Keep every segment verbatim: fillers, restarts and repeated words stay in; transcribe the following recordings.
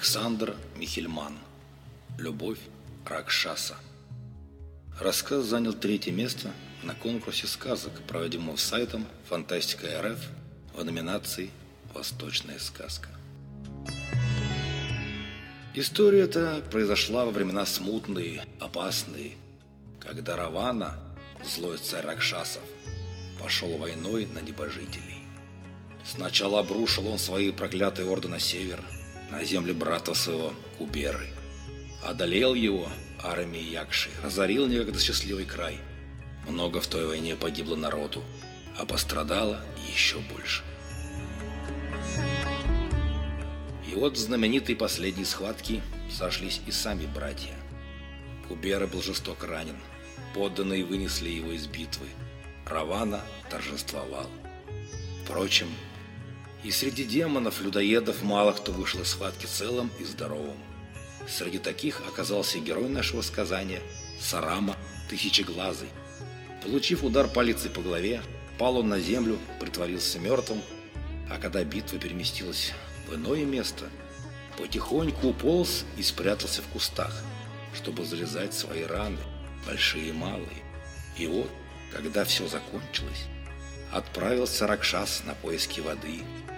Александр Михельман. Любовь Ракшаса. Рассказ занял третье место на конкурсе сказок, проводимого сайтом Фантастика точка эр эф в номинации «Восточная сказка». История эта произошла во времена смутные, опасные, когда Равана, злой царь Ракшасов, пошел войной на небожителей. Сначала обрушил он свои проклятые орды на север, на земли брата своего Куберы. Одолел его армией Якши, разорил некогда счастливый край. Много в той войне погибло народу, а пострадало еще больше. И вот в знаменитой последней схватке сошлись и сами братья. Кубера был жестоко ранен, подданные вынесли его из битвы. Равана торжествовал. Впрочем, и среди демонов-людоедов мало кто вышел из схватки целым и здоровым. Среди таких оказался герой нашего сказания Сарама Тысячеглазый. Получив удар палицей по голове, пал он на землю, притворился мертвым, а когда битва переместилась в иное место, потихоньку уполз и спрятался в кустах, чтобы залезать свои раны, большие и малые. И вот, когда все закончилось, отправился Ракшас на поиски воды.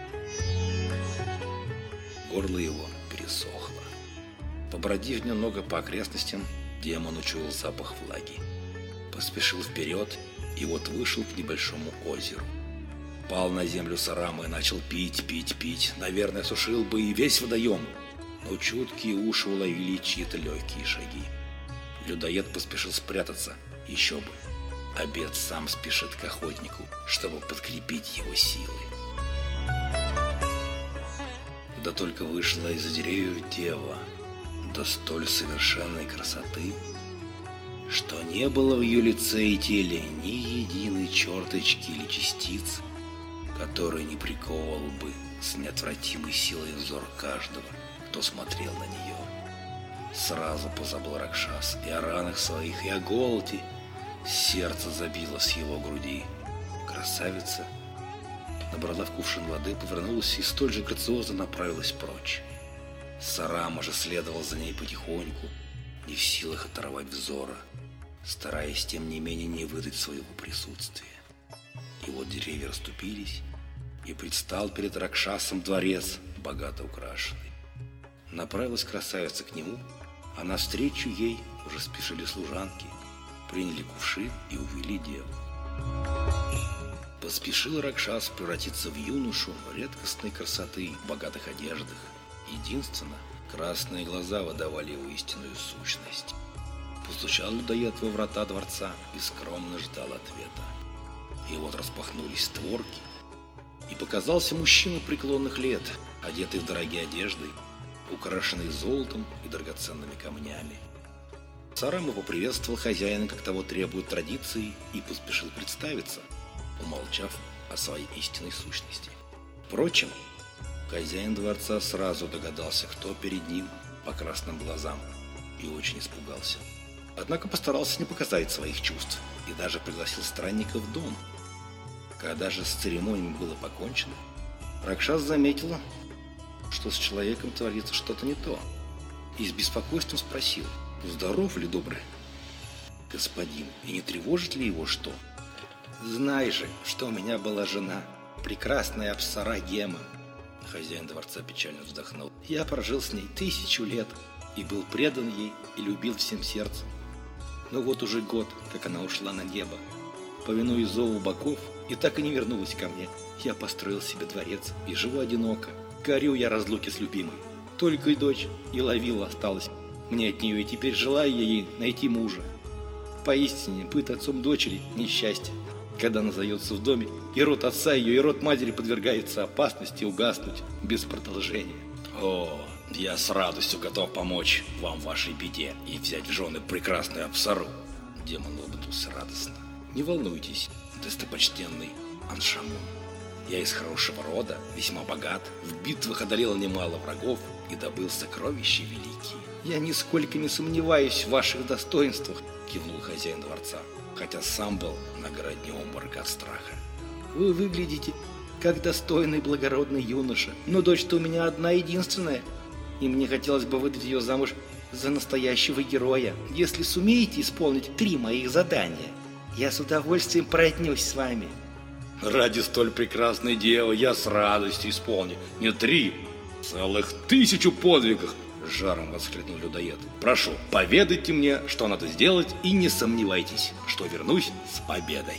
Горло его пересохло. Побродив немного по окрестностям, демон учуял запах влаги. Поспешил вперед и вот вышел к небольшому озеру. Пал на землю Сарама и начал пить, пить, пить. Наверное, сушил бы и весь водоем, но чуткие уши уловили чьи-то легкие шаги. Людоед поспешил спрятаться, еще бы. Обед сам спешит к охотнику, чтобы подкрепить его силы. Да только вышла из-за деревьев дева, до столь совершенной красоты, что не было в ее лице и теле ни единой черточки или частицы, который не приковывал бы с неотвратимой силой взор каждого, кто смотрел на нее. Сразу позабыл Ракшас и о ранах своих, и о голоде. Сердце забилось с его груди. Красавица набрала в кувшин воды, повернулась и столь же грациозно направилась прочь. Сарама же следовал за ней потихоньку, не в силах оторвать взора, стараясь тем не менее не выдать своего присутствия. И вот деревья расступились, и предстал перед Ракшасом дворец, богато украшенный. Направилась красавица к нему, а навстречу ей уже спешили служанки, приняли кувшин и увели деву. Поспешил Ракшас превратиться в юношу редкостной красоты, в богатых одеждах. Единственно, красные глаза выдавали его истинную сущность. Постучал людоед во врата дворца и скромно ждал ответа. И вот распахнулись створки, и показался мужчина преклонных лет, одетый в дорогие одежды, украшенный золотом и драгоценными камнями. Сарама поприветствовал хозяина, как того требуют традиции, и поспешил представиться, умолчав о своей истинной сущности. Впрочем, хозяин дворца сразу догадался, кто перед ним, по красным глазам, и очень испугался. Однако постарался не показать своих чувств и даже пригласил странника в дом. Когда же с церемонией было покончено, Ракшас заметила, что с человеком творится что-то не то, и с беспокойством спросил: «Здоров ли, добрый господин, и не тревожит ли его что?» «Знай же, что у меня была жена, прекрасная Апсара Гема». Хозяин дворца печально вздохнул. «Я прожил с ней тысячу лет и был предан ей и любил всем сердцем. Но вот уже год, как она ушла на небо, повинуясь зову богов, и так и не вернулась ко мне. Я построил себе дворец и живу одиноко. Горю я разлуки с любимой. Только и дочь Иловила осталась мне от нее, и теперь желаю я ей найти мужа. Поистине, быт отцом дочери – несчастье, когда она зается в доме, и род отца ее, и род матери подвергается опасности угаснуть без продолжения». «О, я с радостью готов помочь вам в вашей беде и взять в жены прекрасную Апсару». Демон улыбнулся радостно. «Не волнуйтесь, достопочтенный Аншамун. Я из хорошего рода, весьма богат, в битвах одолел немало врагов и добыл сокровища великие». «Я нисколько не сомневаюсь в ваших достоинствах», – кивнул хозяин дворца, хотя сам был на грани обморока от страха. «Вы выглядите как достойный благородный юноша, но дочь-то у меня одна единственная, и мне хотелось бы выдать ее замуж за настоящего героя. Если сумеете исполнить три моих задания, я с удовольствием пройтнусь с вами. Ради столь прекрасной девы я с радостью исполню не три, целых тысячу подвигов, жаром воскликнул людоед. Прошу, поведайте мне, что надо сделать, и не сомневайтесь, что вернусь с победой.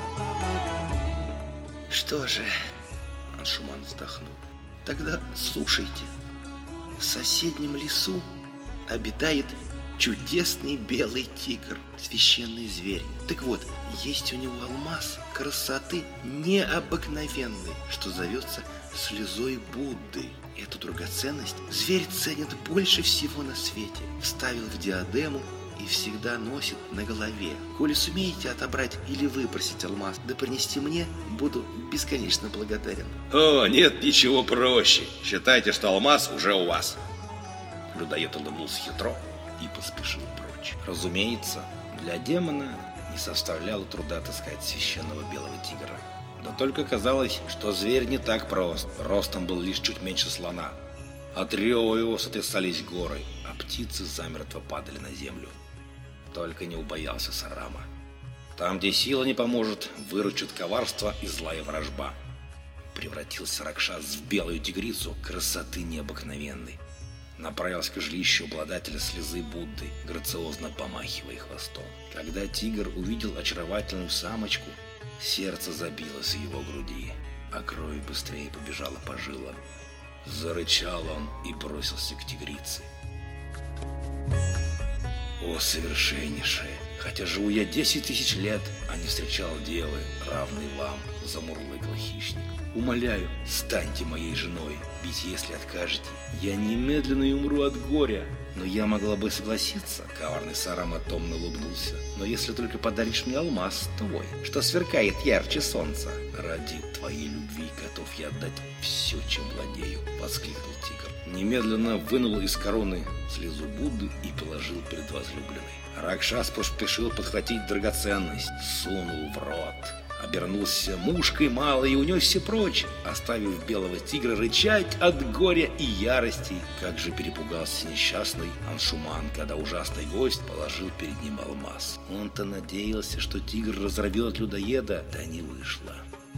Что же, Аншуман вздохнул, тогда слушайте. В соседнем лесу обитает чудесный белый тигр, священный зверь. Так вот, есть у него алмаз красоты необыкновенной, что зовется слезой Будды. Эту драгоценность зверь ценит больше всего на свете. Вставил в диадему и всегда носит на голове. Коли сумеете отобрать или выбросить алмаз, да принести мне, буду бесконечно благодарен. О, нет ничего проще. Считайте, что алмаз уже у вас. Людоед улыбнулся хитро и поспешил прочь. Разумеется, для демона не составляло труда отыскать священного белого тигра. Да только казалось, что зверь не так прост. Ростом был лишь чуть меньше слона. От рева его сотрясались горы, а птицы замертво падали на землю. Только не убоялся Сарама. Там, где сила не поможет, выручат коварство и злая вражба. Превратился Ракшас в белую тигрицу красоты необыкновенной. Направился к жилищу обладателя слезы Будды, грациозно помахивая хвостом. Когда тигр увидел очаровательную самочку, сердце забилось в его груди, а кровь быстрее побежала по жилам. Зарычал он и бросился к тигрице. О, совершеннейшее! Хотя живу я десять тысяч лет, а не встречал девы, равной вам, замурлыкал хищник. Умоляю, станьте моей женой, ведь если откажете, я немедленно умру от горя. Но я могла бы согласиться, коварный Сарама томно улыбнулся. Но если только подаришь мне алмаз твой, что сверкает ярче солнца. Ради твоей любви готов я отдать все, чем владею, воскликнул тигр. Немедленно вынул из короны слезу Будды и положил перед возлюбленной. Ракшас поспешил подхватить драгоценность, сунул в рот, обернулся мушкой малой и унесся прочь, оставив белого тигра рычать от горя и ярости. Как же перепугался несчастный Аншуман, когда ужасный гость положил перед ним алмаз. Он-то надеялся, что тигр разорвет людоеда, да не вышло.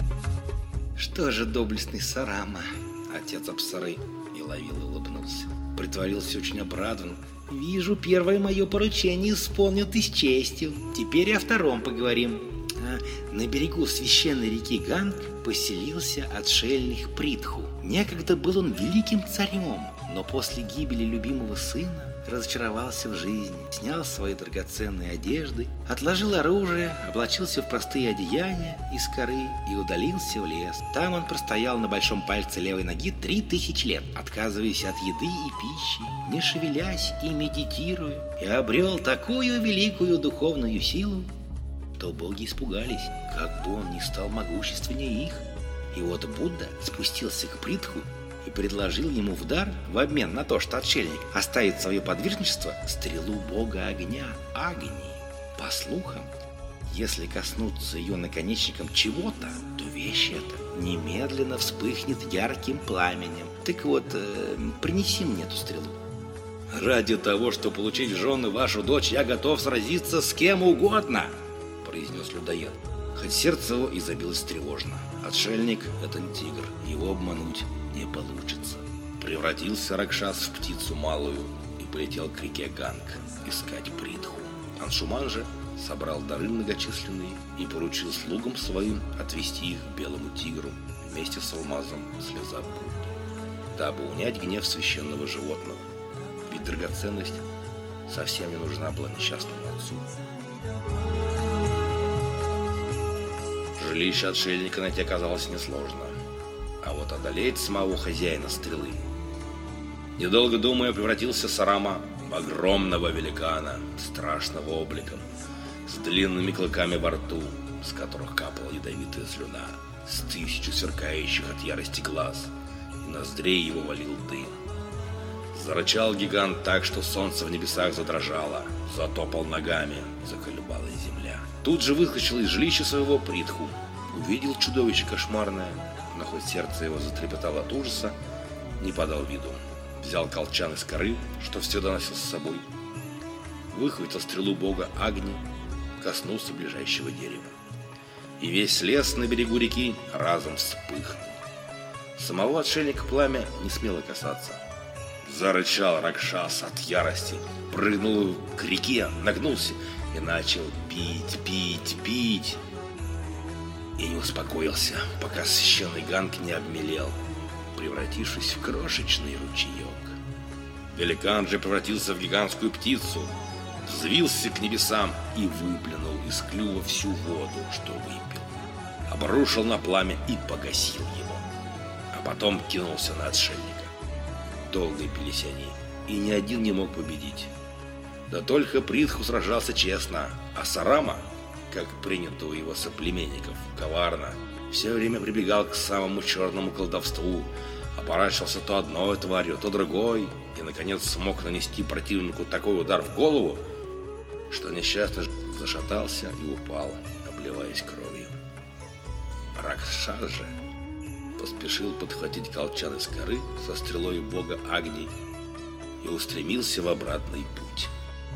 Что же, доблестный Сарама, отец Апсары миловил улыбнулся, притворился очень обрадованным. Вижу, первое мое поручение исполнил ты с честью. Теперь и о втором поговорим. На берегу священной реки Ганг поселился отшельник Притху. Некогда был он великим царем, но после гибели любимого сына разочаровался в жизни, снял свои драгоценные одежды, отложил оружие, облачился в простые одеяния из коры и удалился в лес. Там он простоял на большом пальце левой ноги три тысячи лет, отказываясь от еды и пищи, не шевелясь и медитируя, и обрел такую великую духовную силу, то боги испугались, как бы он ни стал могущественнее их. И вот Будда спустился к Притху и предложил ему в дар, в обмен на то, что отшельник оставит свое подвижничество, стрелу бога огня Агни. По слухам, если коснуться ее наконечником чего-то, то вещь эта немедленно вспыхнет ярким пламенем. Так вот, э, принеси мне эту стрелу. Ради того, чтобы получить в жены вашу дочь, я готов сразиться с кем угодно, произнес людоед, хоть сердце его и забилось тревожно. Отшельник — это не тигр, его обмануть не получится. Превратился Ракшас в птицу малую и полетел к реке Ганг искать Притху. Аншуман же собрал дары многочисленные и поручил слугам своим отвести их к белому тигру вместе с алмазом слеза Будды, дабы унять гнев священного животного, ведь драгоценность совсем не нужна была несчастному отцу. Жилище отшельника найти оказалось несложно, а вот одолеть самого хозяина стрелы. Недолго думая, превратился Сарама в огромного великана, страшного обликом, с длинными клыками во рту, с которых капала ядовитая слюна, с тысячу сверкающих от ярости глаз, и ноздрей его валил дым. Зарычал гигант так, что солнце в небесах задрожало, затопал ногами, заколебалась земля. Тут же выскочил из жилища своего Притху, увидел чудовище кошмарное, но хоть сердце его затрепетало от ужаса, не подал виду. взял колчан из коры, что всегда носил с собой, выхватил стрелу бога Агни, коснулся ближайшего дерева. И весь лес на берегу реки разом вспыхнул. Самого отшельника пламя не смело касаться. Зарычал Ракшас от ярости, прыгнул к реке, нагнулся и начал пить, пить, пить. И не успокоился, пока священный Ганг не обмелел, превратившись в крошечный ручеек. Великан же превратился в гигантскую птицу, взвился к небесам и выплюнул из клюва всю воду, что выпил. Обрушил на пламя и погасил его. А потом кинулся на отшельника. Долго бились они, и ни один не мог победить. Да только Притху сражался честно, а Сарама, как принято у его соплеменников, коварно, все время прибегал к самому черному колдовству, оборачивался то одной тварью, то другой, и, наконец, смог нанести противнику такой удар в голову, что несчастный зашатался и упал, обливаясь кровью. Ракшас же поспешил подхватить колчан из коры со стрелой бога Агни и устремился в обратный путь.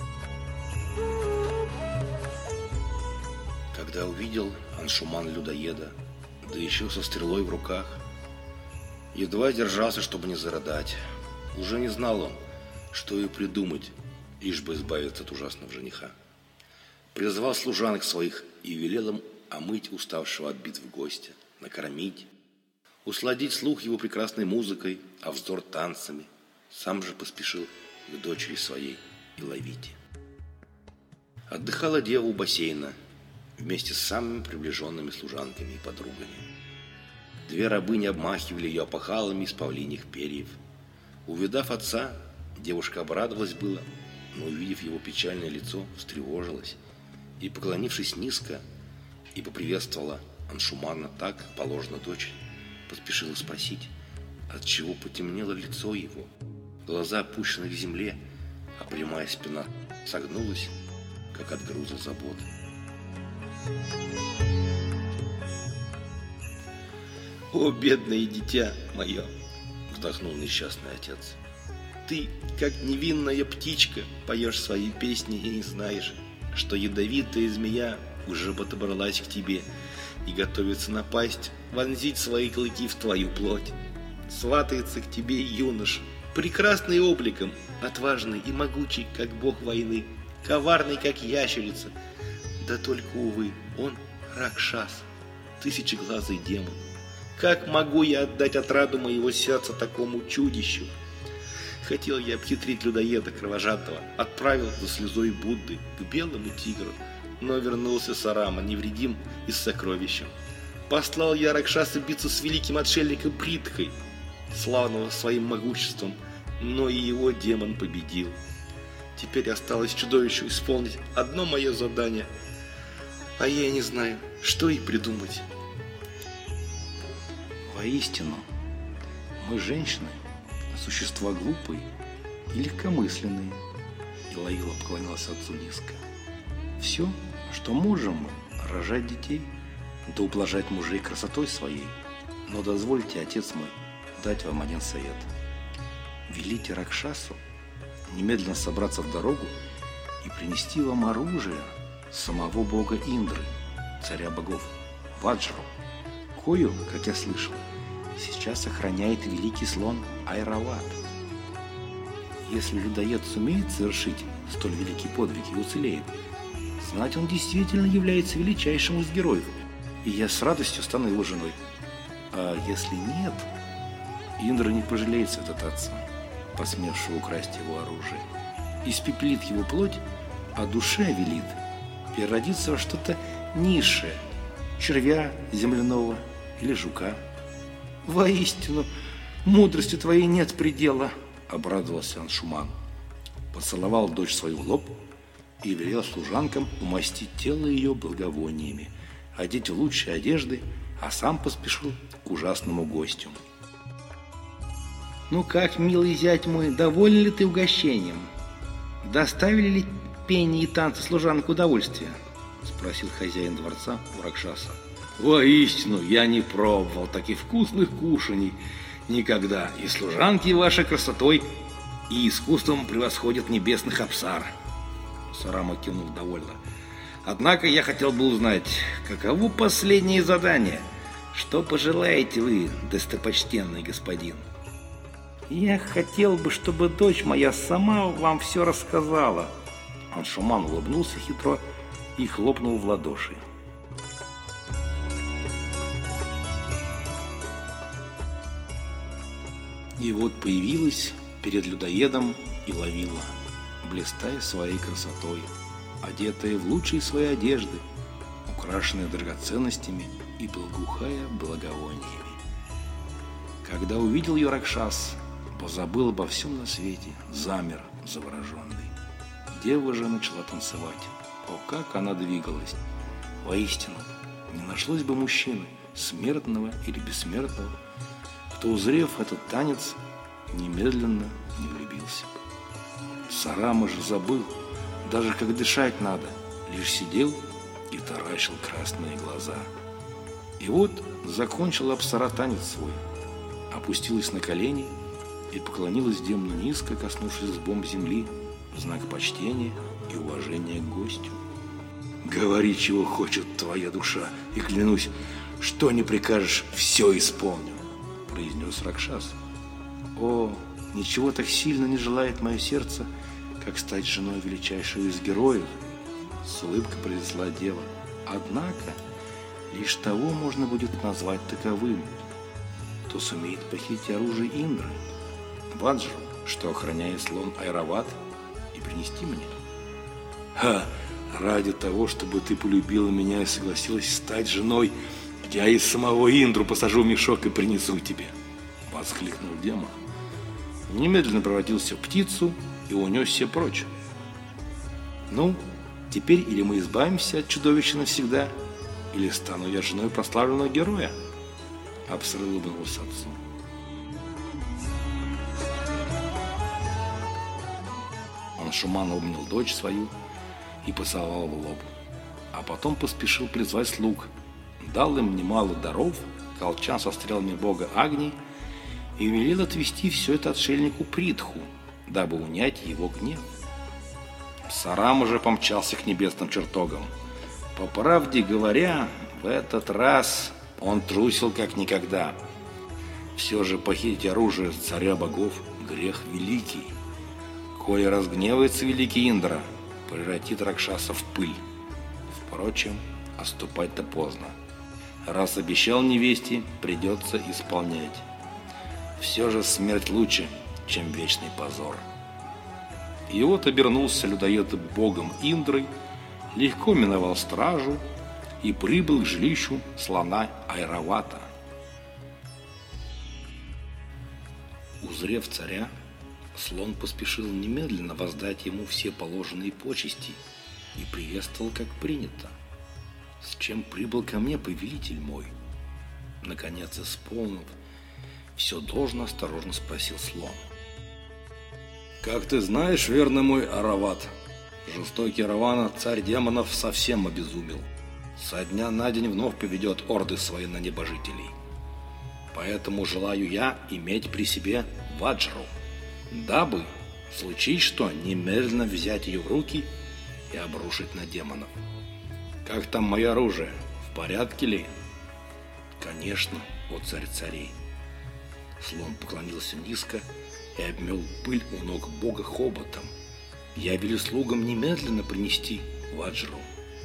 Когда увидел Аншуман-людоеда, да еще со стрелой в руках, едва держался, чтобы не зарыдать. Уже не знал он, что и придумать, лишь бы избавиться от ужасного жениха. Призвал служанок своих и велел им омыть уставшего от битв гостя, накормить, усладить слух его прекрасной музыкой, а взор танцами. Сам же поспешил к дочери своей Иловите. Отдыхала дева у бассейна вместе с самыми приближенными служанками и подругами. Две рабыни обмахивали ее опахалами из павлиньих перьев. Увидав отца, девушка обрадовалась было, но, увидев его печальное лицо, встревожилась и, поклонившись низко, и поприветствовала Аншумана так, как положено дочери, поспешила спросить, отчего потемнело лицо его. Глаза опущены к земле, а прямая спина согнулась, как от груза забот. «О, бедное дитя мое!» — вздохнул несчастный отец. «Ты, как невинная птичка, поешь свои песни и не знаешь, что ядовитая змея уже подобралась к тебе и готовится напасть, вонзить свои клыки в твою плоть. Сватается к тебе юноша, прекрасный обликом, отважный и могучий, как бог войны, коварный, как ящерица. Да только, увы, он Ракшас, тысячеглазый демон. Как могу я отдать отраду моего сердца такому чудищу? Хотел я обхитрить людоеда кровожадного, отправил за слезой Будды к белому тигру, но вернулся Сарама невредим и с сокровищем. Послал я Ракшаса биться с великим отшельником Притхой, славного своим могуществом, но и его демон победил. Теперь осталось чудовищу исполнить одно мое задание, а я не знаю, что и придумать». Воистину, мы, женщины, существа глупые и легкомысленные. Илоила поклонилась отцу низко. Все, что можем мы, рожать детей, да ублажать мужей красотой своей. Но дозвольте, отец мой, дать вам один совет. Велите Ракшасу немедленно собраться в дорогу и принести вам оружие самого бога Индры, царя богов, Ваджру, кою, как я слышал, сейчас охраняет великий слон Айрават. Если людоед сумеет совершить столь великий подвиг и уцелеет, знать он действительно является величайшим из героев, и я с радостью стану его женой. А если нет, Индра не пожалеет святотатца, посмевшего украсть его оружие, испепелит его плоть, а душе велит переродиться во что-то низшее, червя земляного или жука. «Воистину, мудрости твоей нет предела», — обрадовался Аншуман. Поцеловал дочь свою в лоб и велел служанкам умастить тело ее благовониями, одеть в лучшие одежды, а сам поспешил к ужасному гостю. «Ну как, милый зять мой, доволен ли ты угощением? Доставили ли пение и танцы служанок удовольствия?» — спросил хозяин дворца у Ракшаса. «Воистину, я не пробовал таких вкусных кушаний Никогда. И служанки вашей красотой и искусством превосходят небесных апсар. Сарама кивнул довольно. Однако я хотел бы узнать, каково последнее задание? Что пожелаете вы, достопочтенный господин? Я хотел бы, чтобы дочь моя сама вам все рассказала. Аншуман улыбнулся хитро и хлопнул в ладоши. И вот появилась перед людоедом Иловила, блистая своей красотой, одетая в лучшие свои одежды, украшенная драгоценностями и благоухая благовониями. Когда увидел ее Ракшас, позабыл обо всем на свете, замер завороженный. Дева же начала танцевать. О, как она двигалась! Воистину, не нашлось бы мужчины, смертного или бессмертного, кто, узрев этот танец, немедленно не влюбился бы. Сарама же забыл, даже как дышать надо, лишь сидел и таращил красные глаза. И вот закончила Апсара танец свой, опустилась на колени и поклонилась демону низко, коснувшись лбом земли, в знак почтения и уважения к гостю. «Говори, чего хочет твоя душа, и клянусь, что не прикажешь, все исполню», — произнес Ракшас. «О, ничего так сильно не желает мое сердце, как стать женой величайшего из героев», — с улыбкой произнесла дева. «Однако лишь того можно будет назвать таковым, кто сумеет похитить оружие Индры, Ваджру, что охраняет слон Айрават, и принести мне». «Ха! Ради того, чтобы ты полюбила меня и согласилась стать женой, я и самого Индру посажу в мешок и принесу тебе», — воскликнул демон. Немедленно превратился в птицу и унесся прочь. «Ну, теперь или мы избавимся от чудовища навсегда, или стану я женой прославленного героя», — Апсара улыбнулся отцу. Аншуман обнял дочь свою и поцеловал в лоб, а потом поспешил призвать слуг, дал им немало даров, колчан со стрелами бога Агни, и велел отвести все это отшельнику Притху, дабы унять его гнев. Сарама же помчался к небесным чертогам. По правде говоря, в этот раз он трусил как никогда. Все же похитить оружие царя богов – грех великий. Коли разгневается великий Индра, превратит Ракшаса в пыль. Впрочем, отступать-то поздно. Раз обещал невесте, придется исполнять. Все же смерть лучше, чем вечный позор. И вот обернулся людоед богом Индрой, легко миновал стражу и прибыл к жилищу слона Айравата. Узрев царя, слон поспешил немедленно воздать ему все положенные почести и приветствовал, как принято. «С чем прибыл ко мне повелитель мой?» Наконец, исполнив все должно, осторожно спросил слон. «Как ты знаешь, верный мой Арават, жестокий Равана, царь демонов, совсем обезумел. Со дня на день вновь поведет орды свои на небожителей. Поэтому желаю я иметь при себе Ваджру, дабы, случись что, немедленно взять ее в руки и обрушить на демонов. Как там мое оружие? В порядке ли?» «Конечно, о царь царей!» Слон поклонился низко и обмел пыль у ног бога хоботом. «Я велю слугам немедленно принести Ваджру».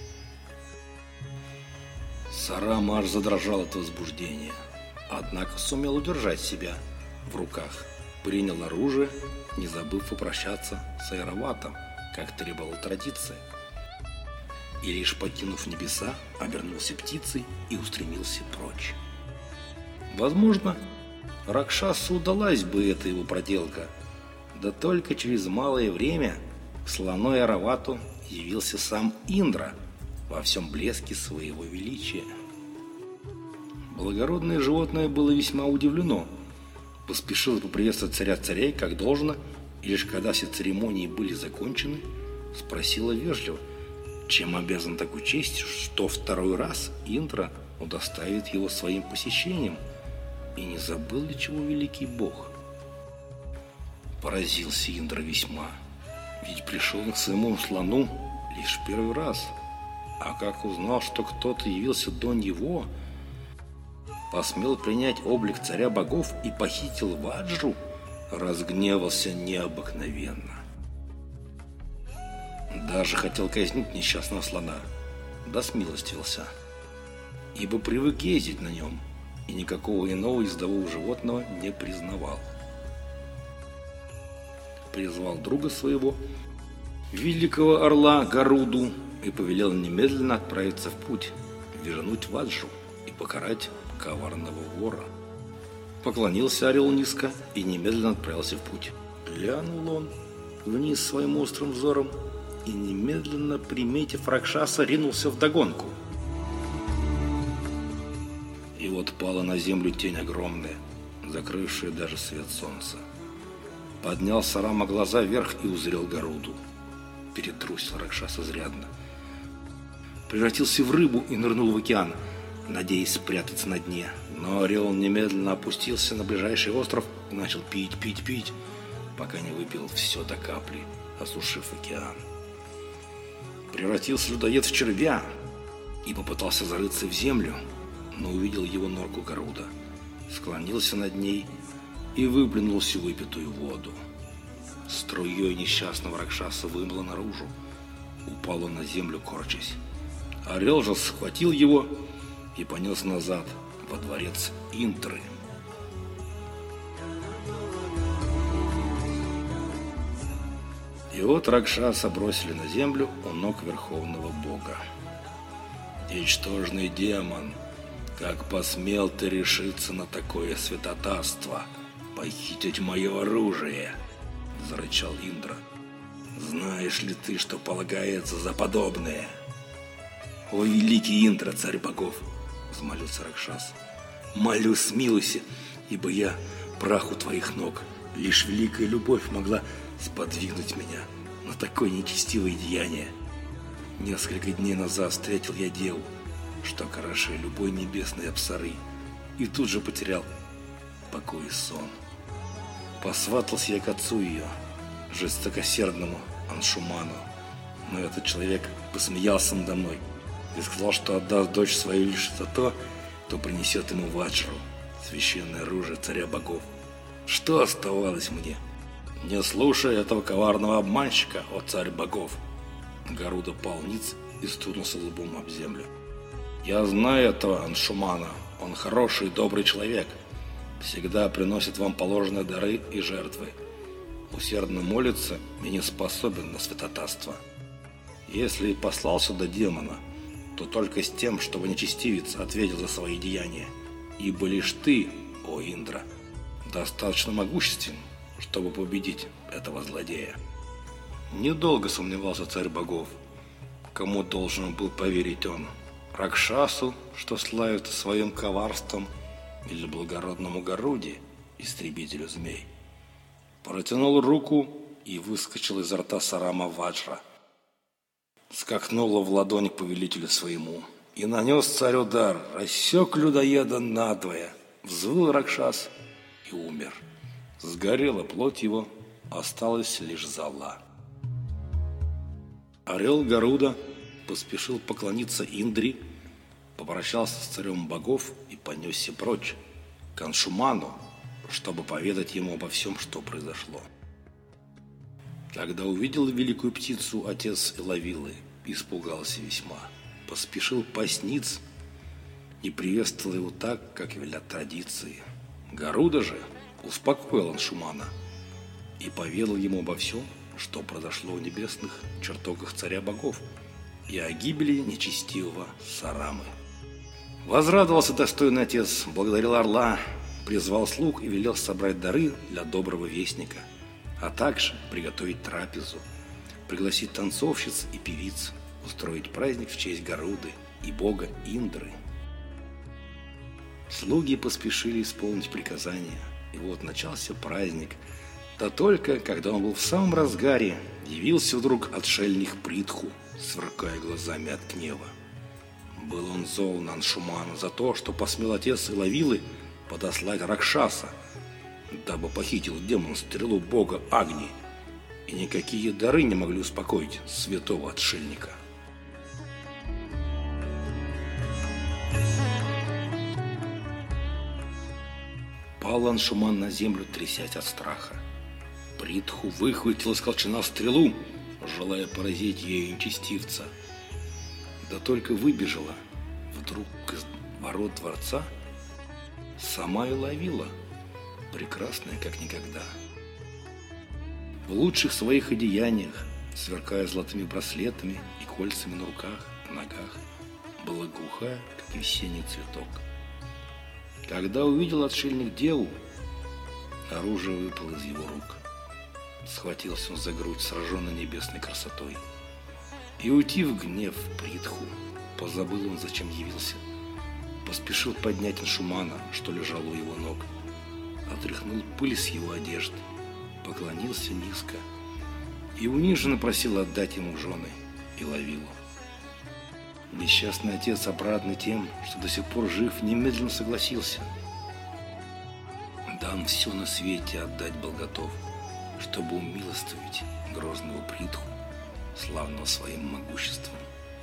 Сарама аж задрожал от возбуждения, однако сумел удержать себя в руках, принял оружие, не забыв попрощаться с Айраватом, как требовала традиция. И лишь покинув небеса, обернулся птицей и устремился прочь. Возможно, Ракшасу удалась бы эта его проделка, да только через малое время к слону Айравату явился сам Индра во всем блеске своего величия. Благородное животное было весьма удивлено, поспешило поприветствовать царя царей как должно, и лишь когда все церемонии были закончены, спросила вежливо, чем обязан такой честью, что второй раз Индра удоставит его своим посещением, И не забыл ли чего великий бог? Поразился Индра весьма, ведь пришел он к своему слону лишь первый раз. А как узнал, что кто-то явился до него, посмел принять облик царя богов и похитил Ваджру, разгневался необыкновенно. Даже хотел казнить несчастного слона, да смилостивился, ибо привык ездить на нем и никакого иного ездового животного не признавал. Призвал друга своего, великого орла Гаруду, и повелел немедленно отправиться в путь, вернуть Ваджру и покарать коварного вора. Поклонился орел низко и немедленно отправился в путь. Глянул он вниз своим острым взором и, немедленно приметив Ракшаса, ринулся вдогонку. И вот пала на землю тень огромная, закрывшая даже свет солнца. Поднял Сарама глаза вверх и узрел Гаруду. Перетрусил Ракшас изрядно. Превратился в рыбу и нырнул в океан, надеясь спрятаться на дне. Но орел немедленно опустился на ближайший остров и начал пить, пить, пить, пока не выпил все до капли, осушив океан. Превратился людоед в червя и попытался зарыться в землю, но увидел его норку Гаруда, склонился над ней и выплюнул всю выпитую воду. Струей несчастного Ракшаса вымыло наружу. Упал он на землю, корчась. Орел же схватил его и понес назад во дворец Индры. И вот Ракшаса бросили на землю у ног верховного бога. «Ничтожный демон, как посмел ты решиться на такое святотатство, похитить мое оружие!» — зарычал Индра. «Знаешь ли ты, что полагается за подобное?» «О, великий Индра, царь богов!» — взмолился Ракшас. «Молю, смилуйся, ибо я прах у твоих ног. Лишь великая любовь могла сподвигнуть меня на такое нечестивое деяние. Несколько дней назад встретил я деву, что хорошее любой небесной апсары, и тут же потерял покой и сон. Посватался я к отцу ее, жестокосердному Аншуману, но этот человек посмеялся надо мной и сказал, что отдаст дочь свою лишь за то, кто принесет ему Ваджру, священное оружие царя богов. Что оставалось мне? Не слушай этого коварного обманщика, о царь богов!» Гаруда пал ниц и стукнулся лбом об землю. «Я знаю этого Аншумана, он хороший и добрый человек, всегда приносит вам положенные дары и жертвы, усердно молится и не способен на святотатство. Если и послал сюда демона, то только с тем, чтобы нечестивец ответил за свои деяния, ибо лишь ты, о Индра, достаточно могуществен, чтобы победить этого злодея». Недолго сомневался царь богов, кому должен был поверить он: Ракшасу, что славится своим коварством, или благородному Гаруде, истребителю змей. Протянул руку и выскочил изо рта Сарама Ваджра. Скакнула в ладонь к повелителю своему и нанес царь удар, рассек людоеда надвое. Взвыл Ракшас и умер. Сгорела плоть его, осталась лишь зола. Орел Гаруда поспешил поклониться Индре, попрощался с царем богов и понесся прочь к Аншуману, чтобы поведать ему обо всем, что произошло. Когда увидел великую птицу отец Илавилы, испугался весьма, поспешил пасть ниц и приветствовал его так, как велят традиции. Гаруда же успокоил Аншумана и поведал ему обо всем, что произошло в небесных чертогах царя богов и о гибели нечестивого Сарамы. Возрадовался достойный отец, благодарил орла, призвал слуг и велел собрать дары для доброго вестника, а также приготовить трапезу, пригласить танцовщиц и певиц, устроить праздник в честь Гаруды и бога Индры. Слуги поспешили исполнить приказания, и вот начался праздник. Да только, когда он был в самом разгаре, явился вдруг отшельник Притху, сверкая глазами от гнева. Был он зол на Аншумана за то, что посмел отец Илавилы подослать Ракшаса, дабы похитил демон стрелу бога Агни, и никакие дары не могли успокоить святого отшельника. Пал Аншуман на землю, трясясь от страха. Притху выхватил из колчана стрелу, желая поразить ею нечестивца. Да только выбежала вдруг из ворот дворца сама Илавила, прекрасная как никогда. В лучших своих одеяниях, сверкая золотыми браслетами и кольцами на руках, ногах, была глухая, как весенний цветок. Когда увидел отшельник деву, оружие выпало из его рук. Схватился он за грудь, сраженный небесной красотой. И, уйти в гнев Притху, позабыл он, зачем явился. Поспешил поднять Аншумана, что лежал у его ног. Отряхнул пыль с его одежды, поклонился низко и униженно просил отдать ему в жены Илавилу. Несчастный отец, обрадованный тем, что до сих пор жив, немедленно согласился. Да он все на свете отдать был готов, чтобы умилостивить грозного Притху, славного своим могуществом.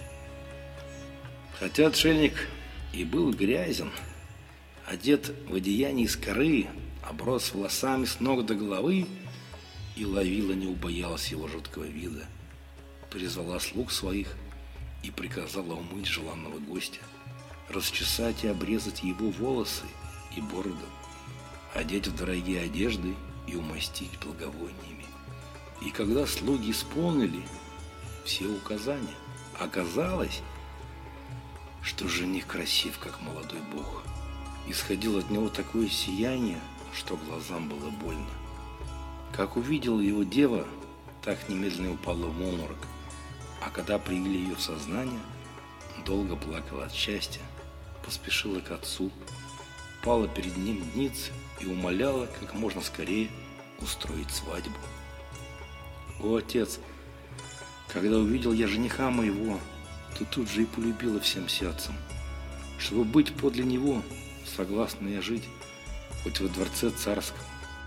Хотя отшельник и был грязен, одет в одеяние из коры, оброс волосами с ног до головы, Илавила не убоялась его жуткого вида, призвала слуг своих и приказала умыть желанного гостя, расчесать и обрезать его волосы и бороду, одеть в дорогие одежды и умастить благовониями. И когда слуги исполнили все указания, оказалось, что жених красив, как молодой бог. Исходило от него такое сияние, что глазам было больно. Как увидела его дева, так немедленно упала в обморок, а когда привели ее в сознание, долго плакала от счастья, поспешила к отцу, пала перед ним ниц и умоляла как можно скорее устроить свадьбу. О, отец, когда увидел я жениха моего, то тут же и полюбила всем сердцем. Чтобы быть подле него, согласна я жить хоть во дворце царском,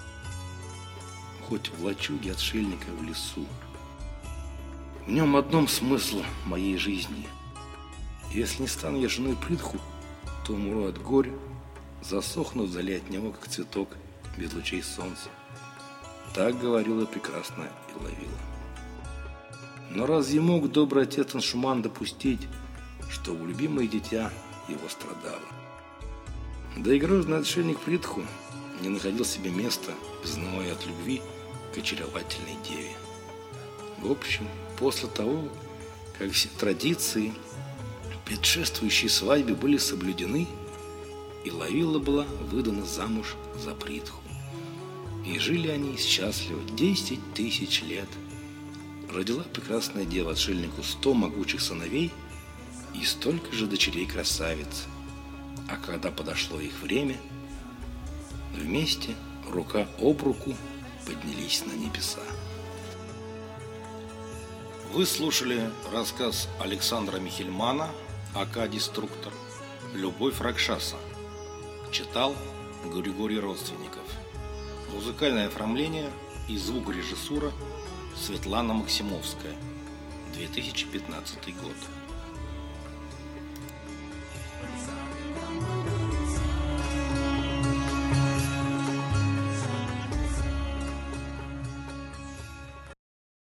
хоть в лачуге отшельника в лесу. В нем одном смысл моей жизни. Если не стану я женой Притху, то умру от горя, засохну вдали от него, как цветок без лучей солнца. Так говорила прекрасная Илавила. Но разве мог добрый отец Аншуман допустить, чтобы любимое дитя его страдало? Да и грозный отшельник Притху не находил себе места, зная от любви к очаровательной деве. В общем, после того, как все традиции, предшествующие свадьбе, были соблюдены, Илавила была выдана замуж за Притху. И жили они счастливо десять тысяч лет. Родила прекрасная дева отшельнику сто могучих сыновей и столько же дочерей-красавиц. А когда подошло их время, вместе, рука об руку, поднялись на небеса. Вы слушали рассказ Александра Михельмана «Ака Деструктор. Любовь Ракшаса». Читал Григорий Родственников. Музыкальное оформление и звукорежиссура Светлана Максимовская. две тысячи пятнадцатый год.